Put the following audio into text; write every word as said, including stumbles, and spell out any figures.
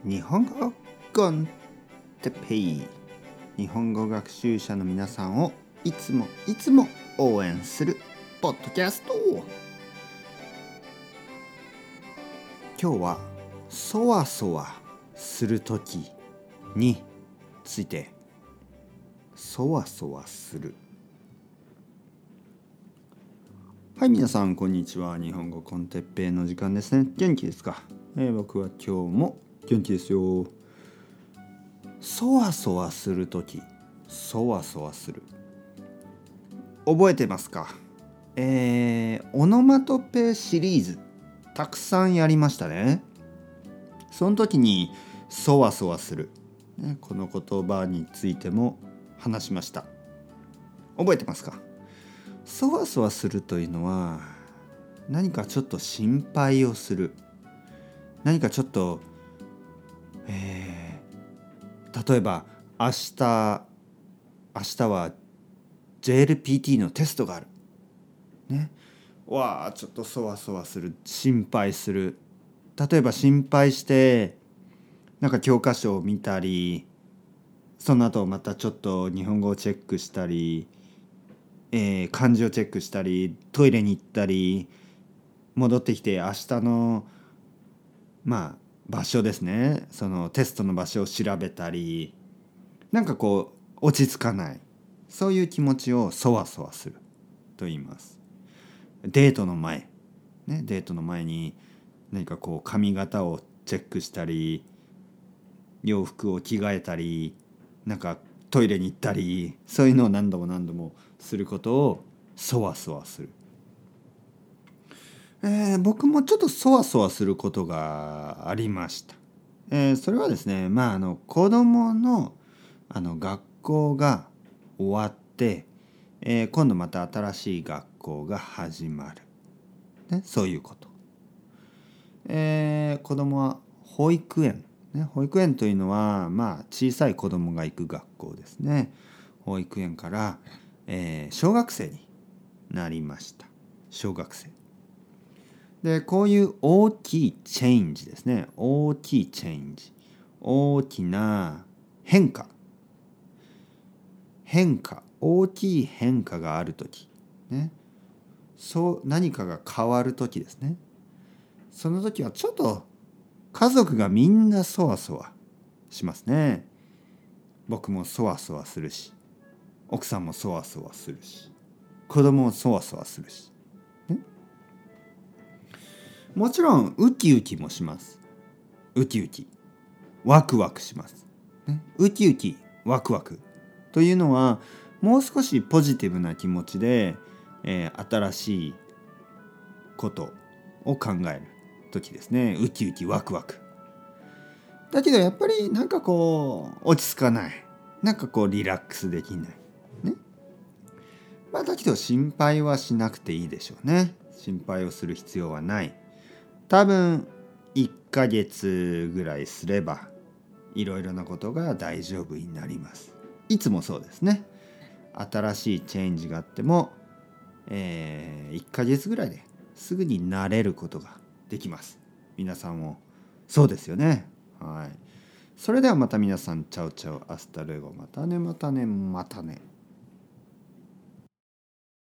日本語コンテペイ、日本語学習者の皆さんをいつもいつも応援するポッドキャスト。今日はそわそわするときについて。そわそわする。はい、皆さんこんにちは。日本語コンテッペイの時間ですね。元気ですか？えー、僕は今日も元気ですよ。そわそわするとき、そわそわする。覚えてますか？えー、オノマトペシリーズたくさんやりましたね。その時にそわそわする、ね、この言葉についても話しました。覚えてますか？そわそわするというのは何かちょっと心配をする、何かちょっと、えー、例えば明日明日は ジェイエルピーティー のテストがあるね。わあ、ちょっとそわそわする、心配する。例えば心配してなんか教科書を見たり、その後またちょっと日本語をチェックしたり、えー、漢字をチェックしたり、トイレに行ったり、戻ってきて明日のまあ場所ですね、そのテストの場所を調べたり、なんかこう落ち着かない、そういう気持ちをそわそわすると言います。デートの前、ね、デートの前に何かこう髪型をチェックしたり、洋服を着替えたり、なんかトイレに行ったり、そういうのを何度も何度もすることをそわそわする。えー、僕もちょっとそわそわすることがありました。えー、それはですね、まああの子供のあの学校が終わって、えー、今度また新しい学校が始まる、ね、そういうこと。えー、子供は保育園、ね、保育園というのはまあ小さい子供が行く学校ですね。保育園から、えー、小学生になりました。小学生で、こういう大きいチェンジですね。大きいチェンジ、大きな変化変化大きい変化があるとき、ね、そう何かが変わるときですね。その時はちょっと家族がみんなそわそわしますね。僕もそわそわするし、奥さんもそわそわするし、子供もそわそわするし、ね、もちろんウキウキもします。ウキウキワクワクします、ね、ウキウキワクワクというのはもう少しポジティブな気持ちで、えー、新しいことを考える時ですね。ウキウキワクワクだけどやっぱりなんかこう落ち着かない、なんかこうリラックスできないね。まあだけど心配はしなくていいでしょうね。心配をする必要はない。多分いっかげつぐらいすればいろいろなことが大丈夫になります。いつもそうですね。新しいチェンジがあっても、えー、いっかげつぐらいですぐに慣れることができます。皆さんもそうですよね。はい。それではまた皆さん、チャウチャウ、アスタルエゴ、またねまたねまたね。